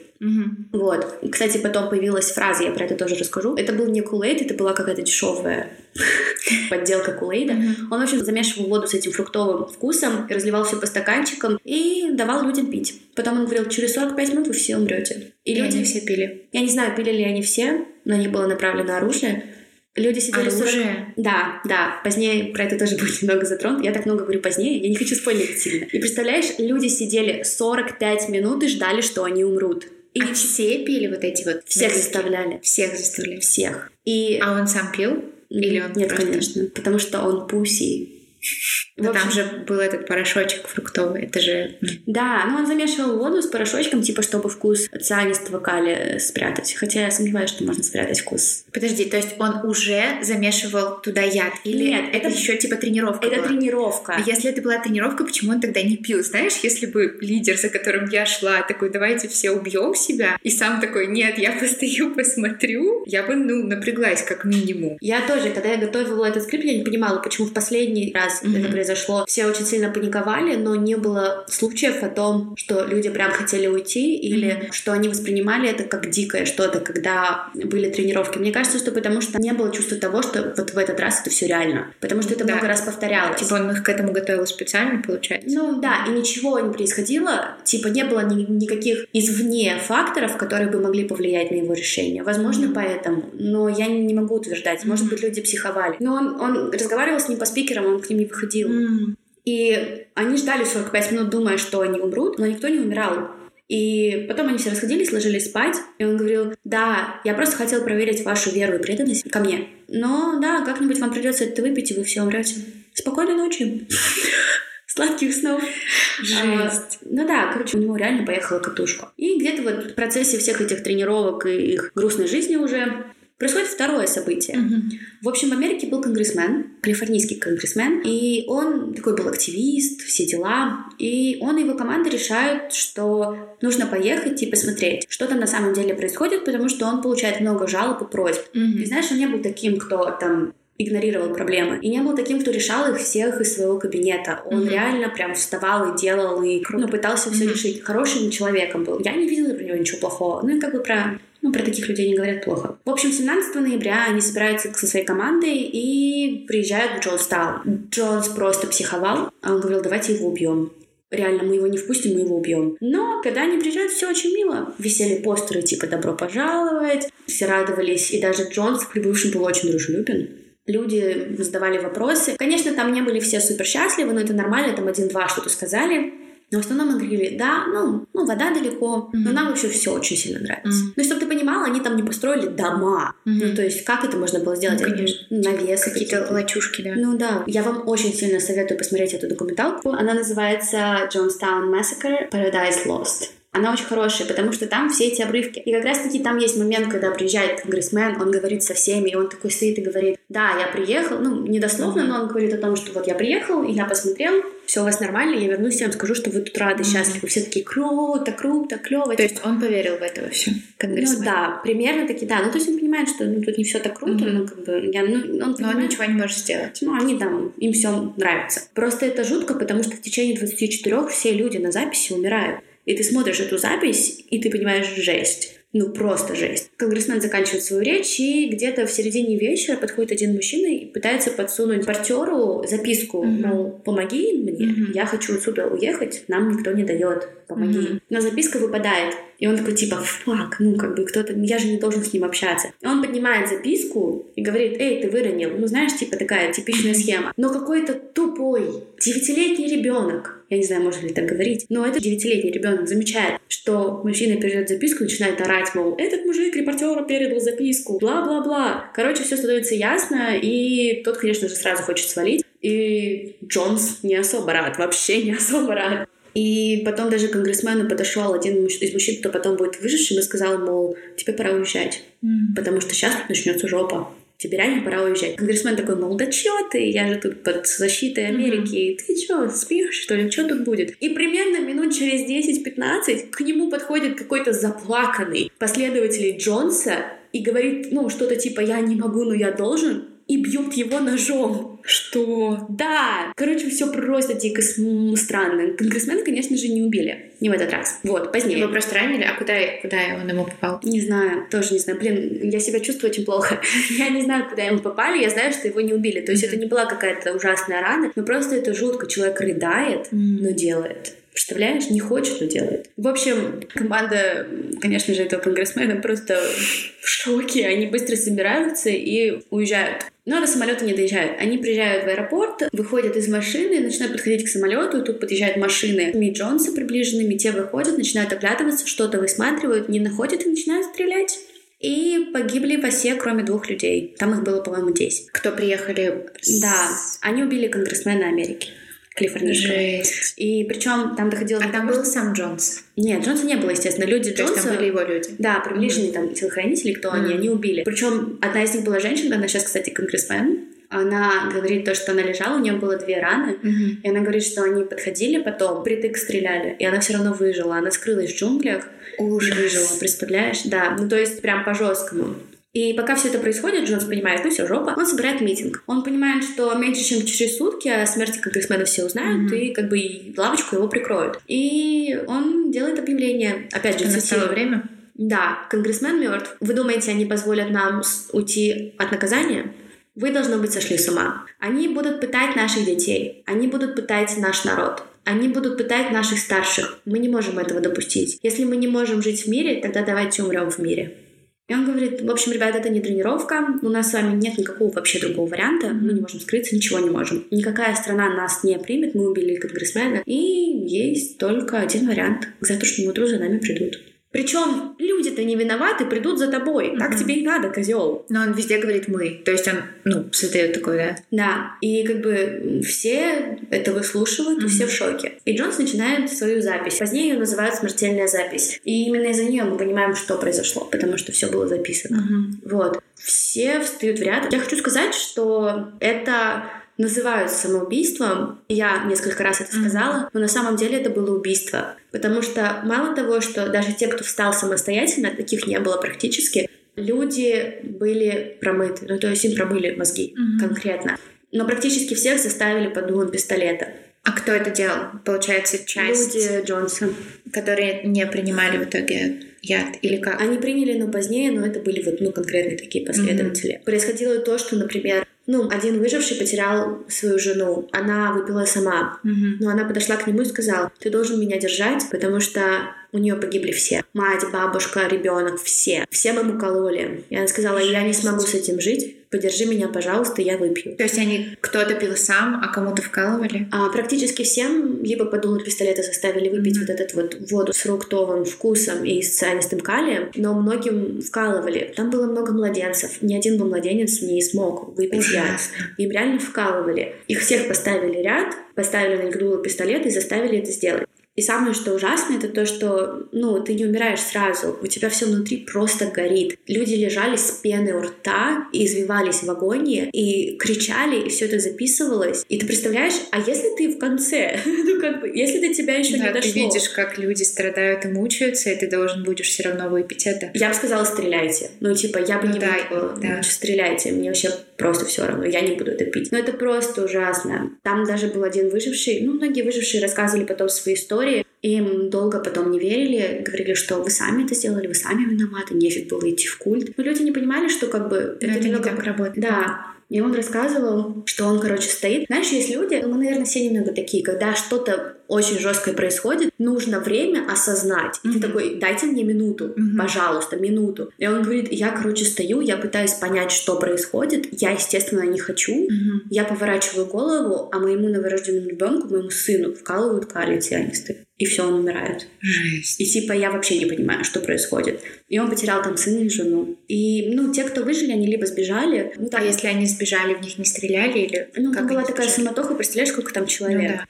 A: Вот. И, кстати, потом появилась фраза, я про это тоже расскажу. Это был не Kool-Aid, это была какая-то дешевая подделка Kool-Aid. Он, в общем, замешивал воду с этим фруктовым вкусом, разливал все по стаканчикам и давал людям пить. Потом он говорил: через 45 минут вы все умрете.
B: И люди все пили.
A: Я не знаю, пили ли они все, на них было направлено оружие. Люди сидели...
B: Оружие?
A: Да. Позднее про это тоже будет немного затронуто. Я так много говорю позднее, я не хочу спойлерить сильно. И представляешь, люди сидели 45 минут и ждали, что они умрут.
B: И все пили вот эти вот...
A: Всех заставляли.
B: Всех заставляли?
A: Всех.
B: А он сам пил? Или он
A: Нет,
B: просто...
A: конечно. Потому что он пуси.
B: Но там же был этот порошочек фруктовый, это же...
A: Да, он замешивал воду с порошочком, типа, чтобы вкус цианистого калия спрятать. Хотя я сомневаюсь, что можно спрятать вкус.
B: Подожди, то есть он уже замешивал туда яд? Или
A: нет,
B: это еще типа тренировка
A: Это
B: была?
A: тренировка.
B: А если это была тренировка, почему он тогда не пил? Знаешь, если бы лидер, за которым я шла, такой: давайте все убьем себя, и сам такой: нет, я постою, посмотрю, я бы, напряглась как минимум.
A: Я тоже, когда я готовила этот скрипт, я не понимала, почему в последний раз раз это произошло, все очень сильно паниковали, но не было случаев о том, что люди прям хотели уйти или что они воспринимали это как дикое что-то, когда были тренировки. Мне кажется, что потому что не было чувства того, что вот в этот раз это все реально. Потому что это много раз повторялось.
B: Типа он их к этому готовил специально, получается?
A: Ну да, и ничего не происходило. Типа не было никаких извне факторов, которые бы могли повлиять на его решение. Возможно, поэтому. Но я не могу утверждать. Может быть, люди психовали. Но он разговаривал с ним по спикерам, он к ним не выходил. И они ждали 45 минут, думая, что они умрут, но никто не умирал. И потом они все расходились, ложились спать, и он говорил: да, я просто хотел проверить вашу веру и преданность ко мне. Но да, как-нибудь вам придется это выпить, и вы все умрете. Спокойной ночи. Сладких снов.
B: Жесть.
A: Ну да, короче, у него реально поехала катушка. И где-то вот в процессе всех этих тренировок и их грустной жизни уже происходит второе событие. В общем, в Америке был конгрессмен, калифорнийский конгрессмен, и он такой был активист, все дела. И он и его команда решают, что нужно поехать и посмотреть, что там на самом деле происходит, потому что он получает много жалоб и просьб. И знаешь, он не был таким, кто там игнорировал проблемы. И не был таким, кто решал их всех из своего кабинета. Он реально прям вставал и делал, и пытался все решить. Хорошим человеком был. Я не видела про него ничего плохого. Ну и как бы про таких людей не говорят плохо. В общем, 17 ноября они собираются со своей командой и приезжают в Джонстаун. Джонс просто психовал, а он говорил: давайте его убьем. Реально, мы его не впустим, мы его убьем. Но когда они приезжают, все очень мило. Висели постеры типа «Добро пожаловать», все радовались, и даже Джонс к прибывшим был очень дружелюбен. Люди задавали вопросы. Конечно, там не были все супер счастливы, но это нормально, там 1-2 что-то сказали. Но в основном мы говорили: да, вода далеко, но нам вообще все очень сильно нравится. Ну, чтобы ты понимала, они там не построили дома. Ну, то есть, как это можно было сделать?
B: Конечно.
A: Навесы
B: какие-то лачушки, да.
A: Ну, да. Я вам очень сильно советую посмотреть эту документалку. Она называется «Jonestown Massacre: Paradise Lost». Она очень хорошая, потому что там все эти обрывки. И как раз-таки там есть момент, когда приезжает конгрессмен, он говорит со всеми, и он такой стоит и говорит: да, я приехал, не дословно, но он говорит о том, что вот я приехал, и я посмотрел, все у вас нормально, я вернусь, я вам скажу, что вы тут рады, счастливы. Все такие: круто, клево.
B: То есть он поверил в это все, конгрессмен?
A: Ну да, примерно таки, да. Ну то есть он понимает, что тут не все так круто, он
B: ничего не может сделать.
A: Они там, им все нравится. Просто это жутко, потому что в течение 24 все люди на записи умирают. И ты смотришь эту запись, и ты понимаешь: жесть. Просто жесть. Конгрессмен заканчивает свою речь, и где-то в середине вечера подходит один мужчина и пытается подсунуть репортеру записку, мол, помоги мне, я хочу отсюда уехать, нам никто не дает, помоги. Но записка выпадает, и он такой типа: фак, кто-то, я же не должен с ним общаться. И он поднимает записку и говорит: эй, ты выронил. Знаешь, типа такая типичная схема. Но какой-то тупой 9-летний ребенок, я не знаю, можно ли так говорить, но этот 9-летний ребенок замечает, что мужчина передает записку и начинает орать, мол, этот мужик репортеру передал записку, бла-бла-бла. Короче, все становится ясно, и тот, конечно же, сразу хочет свалить. И Джонс не особо рад, вообще не особо рад. И потом даже к конгрессмену подошел один из мужчин, кто потом будет выжившим, и сказал, мол, тебе пора уезжать, потому что сейчас тут начнется жопа. Тебе реально пора уезжать. Конгрессмен такой, мол, да чё ты? Я же тут под защитой Америки. Ты чё, спишь, что ли? Чё тут будет? И примерно минут через 10-15 к нему подходит какой-то заплаканный последователь Джонса и говорит, что-то типа «я не могу, но я должен», и бьет его ножом.
B: Что?
A: Да. Короче, все просто дико странно. Конгрессмена, конечно же, не убили. Не в этот раз. Вот, позднее.
B: Его просто ранили? А куда он ему попал?
A: Не знаю, тоже не знаю. Блин, я себя чувствую очень плохо. Я не знаю, куда ему попали. Я знаю, что его не убили. То есть это не была какая-то ужасная рана, но просто это жутко. Человек рыдает, но делает. Представляешь? Не хочет, но делает. В общем, команда, конечно же, этого конгрессмена просто в шоке. Они быстро собираются и уезжают. Но до самолета не доезжают. Они приезжают в аэропорт, выходят из машины, начинают подходить к самолету, и тут подъезжают машины Ми Джонса приближенными, те выходят, начинают оглядываться, что-то высматривают, не находят и начинают стрелять. И погибли все, кроме 2 людей. Там их было, по-моему, 10.
B: Кто приехали?
A: Да, они убили конгрессмена Америки. Калифорнийского.
B: Жесть.
A: И причем там доходило...
B: А там был сам Джонс?
A: Нет, Джонса не было, естественно. Люди Джонса...
B: То есть там были его люди?
A: Да, приближенные там телохранители, кто они убили. Причем одна из них была женщина, она сейчас, кстати, конгрессмен. Она говорит то, что она лежала, у нее было 2 раны. И она говорит, что они подходили потом, притык стреляли, и она все равно выжила. Она скрылась в джунглях.
B: Ужас.
A: И выжила, представляешь? Да, то есть прям по-жесткому. И пока все это происходит, Джонс понимает, ну все, жопа, он собирает митинг. Он понимает, что меньше чем через сутки о смерти конгрессмена все узнают, и как бы и лавочку его прикроют. И он делает объявление, опять же,
B: настало время.
A: Да, конгрессмен мертв. Вы думаете, они позволят нам уйти от наказания? Вы, должно быть, сошли с ума. Они будут пытать наших детей. Они будут пытать наш народ. Они будут пытать наших старших. Мы не можем этого допустить. Если мы не можем жить в мире, тогда давайте умрем в мире. И он говорит, в общем, ребята, это не тренировка, у нас с вами нет никакого вообще другого варианта, мы не можем скрыться, ничего не можем. Никакая страна нас не примет, мы убили конгрессмена, и есть только один вариант. К завтрашнему утру за нами придут. Причем люди-то не виноваты, придут за тобой. Так тебе и надо, козел.
B: Но он везде говорит «мы». То есть он, создает такое, да?
A: Да. И как бы все это выслушивают, и все в шоке. И Джонс начинает свою запись. Позднее ее называют «смертельная запись». И именно из-за нее мы понимаем, что произошло, потому что все было записано. Вот. Все встают в ряд. Я хочу сказать, что это называют самоубийством. Я несколько раз это сказала, но на самом деле это было убийство. Потому что мало того, что даже те, кто встал самостоятельно, таких не было практически, люди были промыты. Ну, то есть им промыли мозги конкретно. Но практически всех заставили под дулом пистолета.
B: А кто это делал? Получается, часть...
A: Люди Джонса.
B: Которые не принимали в итоге яд или как?
A: Они приняли, но позднее, но это были вот, конкретные такие последователи. Происходило то, что, например, один выживший потерял свою жену. Она выпила сама. Но она подошла к нему и сказала: ты должен меня держать, потому что у нее погибли все. Мать, бабушка, ребенок, все. Всем ему кололи. И она сказала: я не смогу с этим жить. Подержи меня, пожалуйста, я выпью.
B: То есть кто-то пил сам, а кому-то вкалывали?
A: Практически всем либо под дуло пистолета заставили выпить вот этот вот воду с фруктовым вкусом и с цианистым калием, но многим вкалывали. Там было много младенцев. Ни один бы младенец не смог выпить яд. Им реально вкалывали. Их всех поставили ряд, поставили на них дуло пистолета и заставили это сделать. И самое, что ужасно, это то, что, ты не умираешь сразу, у тебя все внутри просто горит. Люди лежали с пеной у рта и извивались в агонии, и кричали, и все это записывалось. И ты представляешь, а если ты в конце, если до тебя еще не дошло?
B: Ты видишь, как люди страдают и мучаются, и ты должен будешь все равно выпить это.
A: Я бы сказала: стреляйте. Я бы не выпила. Лучше стреляйте, мне вообще просто все равно, я не буду это пить. Но это просто ужасно. Там даже был один выживший, многие выжившие рассказывали потом свои истории, им долго потом не верили, говорили, что вы сами это сделали, вы сами виноваты, нефиг было идти в культ. Но люди не понимали, что это немного
B: не так работает.
A: Да. И он рассказывал, что он, стоит. Знаешь, есть люди, мы, наверное, все немного такие, когда что-то очень жесткое происходит, нужно время осознать. И ты такой: дайте мне минуту, пожалуйста, минуту. И он говорит: я, стою, я пытаюсь понять, что происходит. Я, естественно, не хочу. Я поворачиваю голову, а моему новорожденному ребенку, моему сыну, вкалывают калий цианистый. И все, он умирает.
B: Жесть.
A: И я вообще не понимаю, что происходит. И он потерял там сына и жену. И, те, кто выжили, они либо сбежали.
B: А если они сбежали, в них не стреляли? Или
A: там была такая суматоха, представляешь, сколько там человек.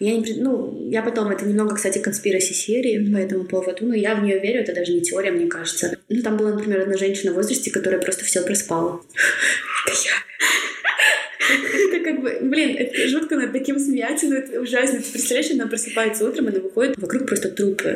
A: Я потом, это немного, кстати, конспираси серии по этому поводу. Но я в нее верю, это даже не теория, мне кажется. Там была, например, одна женщина в возрасте, которая просто все проспала. Это я. Это это жутко над таким смеяться, но это ужасно. Ты представляешь, она просыпается утром, она выходит, вокруг просто трупы.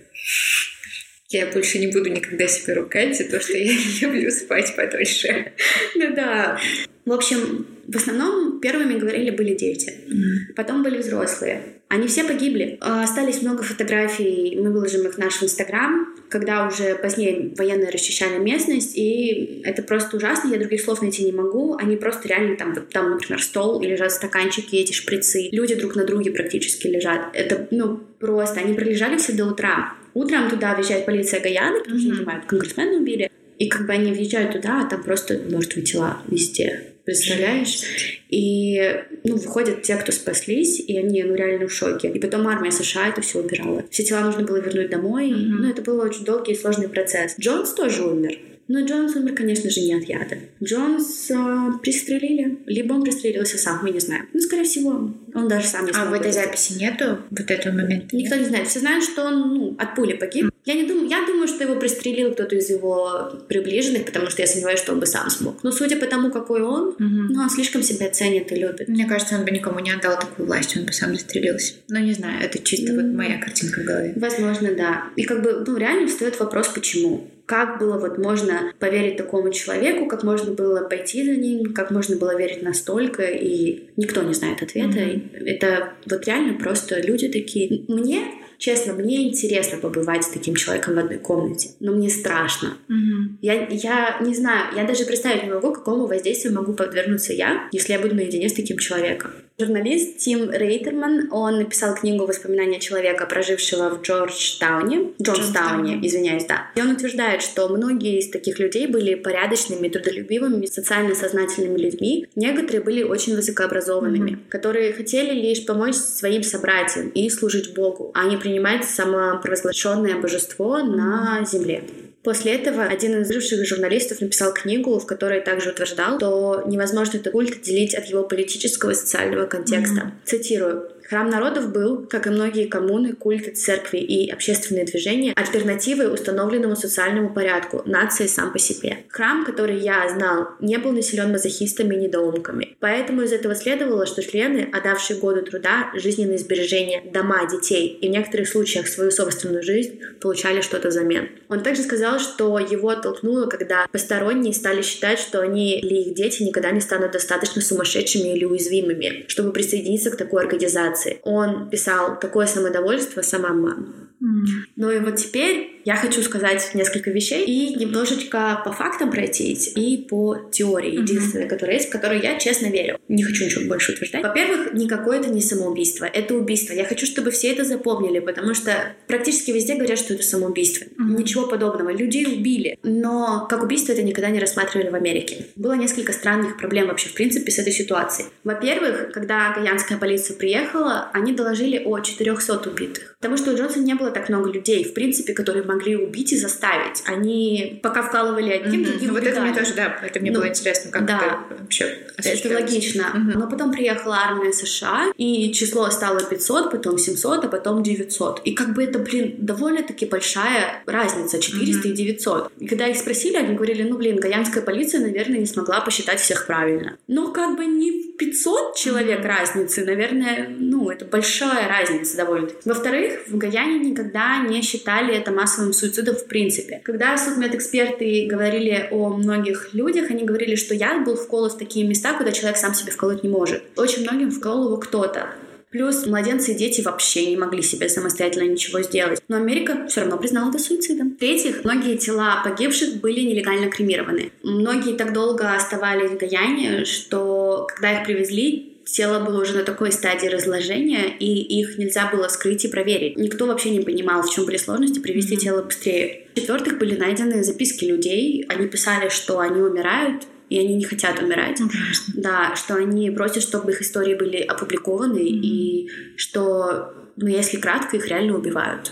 B: Я больше не буду никогда себя ругать за то, что я не люблю спать подольше.
A: Да. В общем, в основном первыми говорили были дети. Потом были взрослые. Они все погибли. Остались много фотографий, мы выложим их в наш Инстаграм, когда уже позднее военные расчищали местность, и это просто ужасно, я других слов найти не могу. Они просто реально там, например, стол, и лежат стаканчики, эти шприцы. Люди друг на друге практически лежат. Это, просто. Они пролежали все до утра. Утром туда въезжает полиция Гайаны, потому что, понимают, конгрессмена убили. И они въезжают туда, а там просто мертвые тела везде. Представляешь? И, выходят те, кто спаслись, и они, реально в шоке. И потом армия США это все убирала. Все тела нужно было вернуть домой. Это был очень долгий и сложный процесс. Джонс тоже умер. Но Джонс умер, конечно же, не от яда. Джонс пристрелили. Либо он пристрелился сам, мы не знаем. Скорее всего, он даже сам не смог.
B: А в этой записи нету вот этого момента?
A: Никто не знает. Все знают, что он, от пули погиб. Я думаю, что его пристрелил кто-то из его приближенных, потому что я сомневаюсь, что он бы сам смог. Но судя по тому, какой он, он слишком себя ценит и любит.
B: Мне кажется, он бы никому не отдал такую власть, он бы сам застрелился. Не знаю, это чисто моя картинка в голове.
A: Возможно, да. И реально встает вопрос, почему. Как было вот можно поверить такому человеку, как можно было пойти за ним, как можно было верить настолько, и никто не знает ответа. Это вот реально просто люди такие. Честно, мне интересно побывать с таким человеком в одной комнате, но мне страшно. Я не знаю, я даже представить не могу, какому воздействию могу подвергнуться я, если я буду наедине с таким человеком. Журналист Тим Рейтерман, он написал книгу «Воспоминания человека, прожившего в Джонстауне, извиняюсь, да. И он утверждает, что многие из таких людей были порядочными, трудолюбивыми, социально сознательными людьми. Некоторые были очень высокообразованными, которые хотели лишь помочь своим собратьям и служить Богу, а не принимать самопровозглашенное божество на земле. После этого один из бывших журналистов написал книгу, в которой также утверждал, что невозможно этот культ отделить от его политического и социального контекста. Цитирую. Храм народов был, как и многие коммуны, культы, церкви и общественные движения, альтернативой установленному социальному порядку, нации сам по себе. Храм, который я знал, не был населен мазохистами и недоумками. Поэтому из этого следовало, что члены, отдавшие годы труда, жизненные сбережения, дома, детей и в некоторых случаях свою собственную жизнь, получали что-то взамен. Он также сказал, что его оттолкнуло, когда посторонние стали считать, что они или их дети никогда не станут достаточно сумасшедшими или уязвимыми, чтобы присоединиться к такой организации. Он писал «Такое самодовольство, самообман». Ну и вот теперь я хочу сказать несколько вещей и немножечко по фактам пройтись и по теории, единственной, которая есть, в которую я честно верю. Не хочу ничего больше утверждать. Во-первых, никакое это не самоубийство, это убийство. Я хочу, чтобы все это запомнили, потому что практически везде говорят, что это самоубийство. Ничего подобного. Людей убили. Но как убийство это никогда не рассматривали в Америке. Было несколько странных проблем вообще, в принципе, с этой ситуацией. Во-первых, когда гайанская полиция приехала, они доложили о 400 убитых. Потому что у Джонсона не было так много людей, в принципе, которые могли убить и заставить. Они пока вкалывали одним, другим
B: вот это мне тоже, да, это мне было интересно, как это вообще осуществлялось.
A: Это логично. Но потом приехала армия США, и число стало 500, потом 700, а потом 900. И как бы это, довольно-таки большая разница, 400 и 900. И когда их спросили, они говорили, гайанская полиция, наверное, не смогла посчитать всех правильно. Но как бы не 500 человек разницы, наверное, это большая разница довольно-таки. Во-вторых, в Гаяне никогда не считали это массовым суицидом в принципе. Когда судмедэксперты говорили о многих людях, они говорили, что яд был вколот в такие места, куда человек сам себе вколоть не может. Очень многим вколол его кто-то. Плюс младенцы и дети вообще не могли себе самостоятельно ничего сделать. Но Америка все равно признала это суицидом. В-третьих, многие тела погибших были нелегально кремированы. Многие так долго оставались в Гаяне, что когда их привезли, тело было уже на такой стадии разложения, и их нельзя было вскрыть и проверить. Никто вообще не понимал, в чем были сложности привезти тело быстрее. В-четвертых, были найдены записки людей. Они писали, что они умирают, и они не хотят умирать. Да, что они просят, чтобы их истории были опубликованы, и что, если кратко, их реально убивают.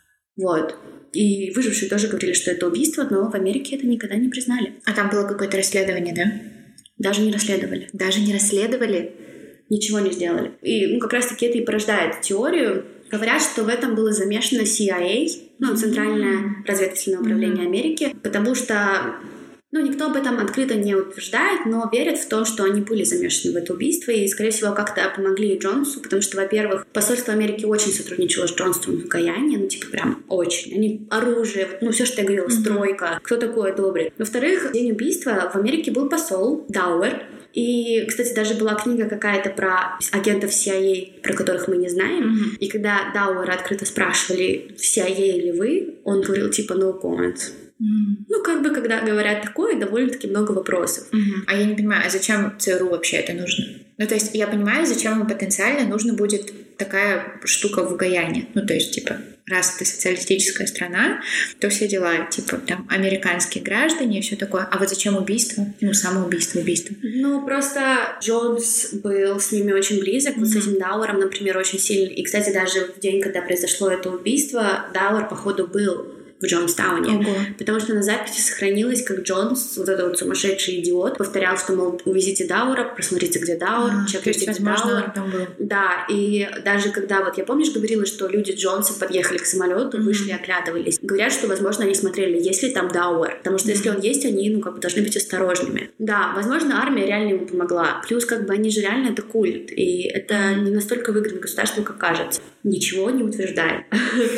A: Вот. И выжившие тоже говорили, что это убийство, но в Америке это никогда не признали.
B: А там было какое-то расследование, да?
A: Даже не расследовали.
B: Даже не расследовали?
A: Ничего не сделали. И как раз-таки это и порождает теорию. Говорят, что в этом было замешано CIA, Центральное разведывательное управление Америки, потому что никто об этом открыто не утверждает, но верят в то, что они были замешаны в это убийство и, скорее всего, как-то помогли Джонсу, потому что, во-первых, посольство Америки очень сотрудничало с Джонсом в Гаяне, прям очень. Они оружие, все, что я говорила, стройка, кто такой одобрит. Во-вторых, в день убийства в Америке был посол Дауэр. И, кстати, даже была книга какая-то про агентов CIA, про которых мы не знаем. И когда Дауэра открыто спрашивали, CIA ли вы, он говорил no comment. Когда говорят такое, довольно-таки много вопросов.
B: А я не понимаю, а зачем ЦРУ вообще это нужно? То есть я понимаю, зачем им потенциально нужно будет такая штука в Гаяне. Раз это социалистическая страна, то все дела, там, американские граждане и все такое. А вот зачем убийство? Самоубийство, убийство.
A: Просто Джонс был с ними очень близок, вот с этим Дауэром, например, очень сильно. И, кстати, даже в день, когда произошло это убийство, Дауэр, походу, был в Джонстауне. Потому что на записи сохранилось, как Джонс, вот этот сумасшедший идиот, повторял, что, мол, увезите Дауэра, посмотрите, где Дауэр, чекните, где Дауэр. Да, и даже когда, я помнишь, говорила, что люди Джонса подъехали к самолету, вышли, оглядывались. Говорят, что, возможно, они смотрели, есть ли там Дауэр. Потому что если он есть, они, должны быть осторожными. Да, возможно, армия реально ему помогла. Плюс, они же реально это культ. И это не настолько выгодно государству, как кажется. Ничего не утверждает.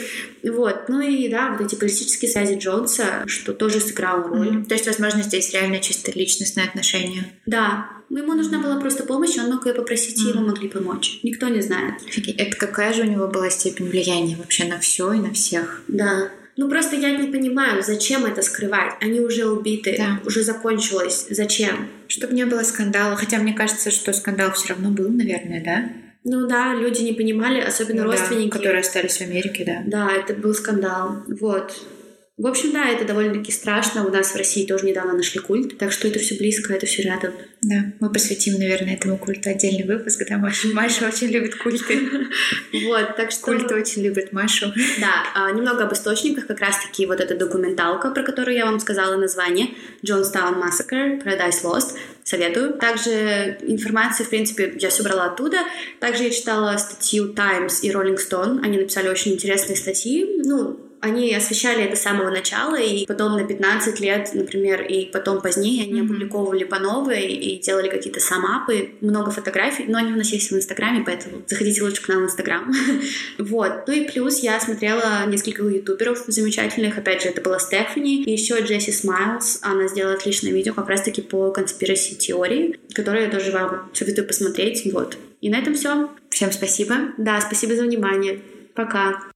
A: Вот. Ну и да, вот эти политические связи Джонса, что тоже сыграло роль.
B: То есть, возможно, здесь реально чисто личностные отношения.
A: Да. Ему нужна была просто помощь, он мог ее попросить, и ему могли помочь. Никто не знает.
B: Офигеть. Это какая же у него была степень влияния вообще на все и на всех?
A: Да. Ну просто я не понимаю, зачем это скрывать? Они уже убиты, уже закончилось. Зачем?
B: Чтобы не было скандала. Хотя мне кажется, что скандал все равно был, наверное, да?
A: Ну да, люди не понимали, особенно родственники.
B: Которые остались в Америке, да.
A: Да, это был скандал. Вот. В общем, да, это довольно-таки страшно. У нас в России тоже недавно нашли культ, так что это все близко, это все рядом.
B: Да, мы посвятим, наверное, этому культу отдельный выпуск, да, Маша? Маша очень любит культы.
A: Вот, так что...
B: Культы очень любят Машу.
A: Да, немного об источниках, как раз-таки вот эта документалка, про которую я вам сказала название, Jonestown Massacre, Paradise Lost, советую. Также информацию, в принципе, я все брала оттуда. Также я читала статью Times и Rolling Stone, они написали очень интересные статьи, они освещали это с самого начала, и потом на 15 лет, например, и потом позднее они опубликовывали по новой и делали какие-то самапы, много фотографий, но они у нас есть в Инстаграме, поэтому заходите лучше к нам в Инстаграм. Вот. Ну и плюс я смотрела несколько ютуберов замечательных, опять же, это была Стефани, и еще Джесси Смайлз, она сделала отличное видео как раз-таки по конспираси теории, которое я тоже вам советую посмотреть, вот. И на этом все.
B: Всем спасибо.
A: Да, спасибо за внимание. Пока.